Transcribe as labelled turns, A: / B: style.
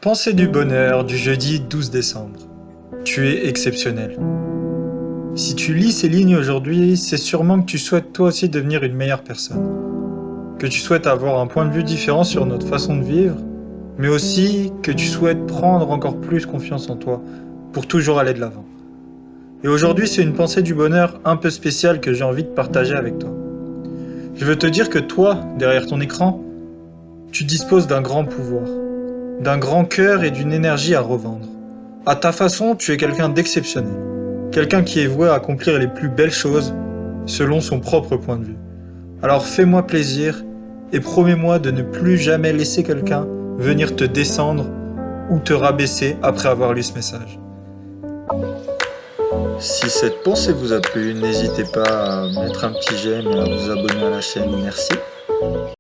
A: Pensée du bonheur du jeudi 12 décembre. Tu es exceptionnel. Si tu lis ces lignes aujourd'hui, c'est sûrement que tu souhaites toi aussi devenir une meilleure personne. Que tu souhaites avoir un point de vue différent sur notre façon de vivre, mais aussi que tu souhaites prendre encore plus confiance en toi pour toujours aller de l'avant. Et aujourd'hui, c'est une pensée du bonheur un peu spéciale que j'ai envie de partager avec toi. Je veux te dire que toi, derrière ton écran, tu disposes d'un grand pouvoir, d'un grand cœur et d'une énergie à revendre. À ta façon, tu es quelqu'un d'exceptionnel. Quelqu'un qui est voué à accomplir les plus belles choses selon son propre point de vue. Alors fais-moi plaisir et promets-moi de ne plus jamais laisser quelqu'un venir te descendre ou te rabaisser après avoir lu ce message. Si cette pensée vous a plu, n'hésitez pas à mettre un petit j'aime et à vous abonner à la chaîne. Merci.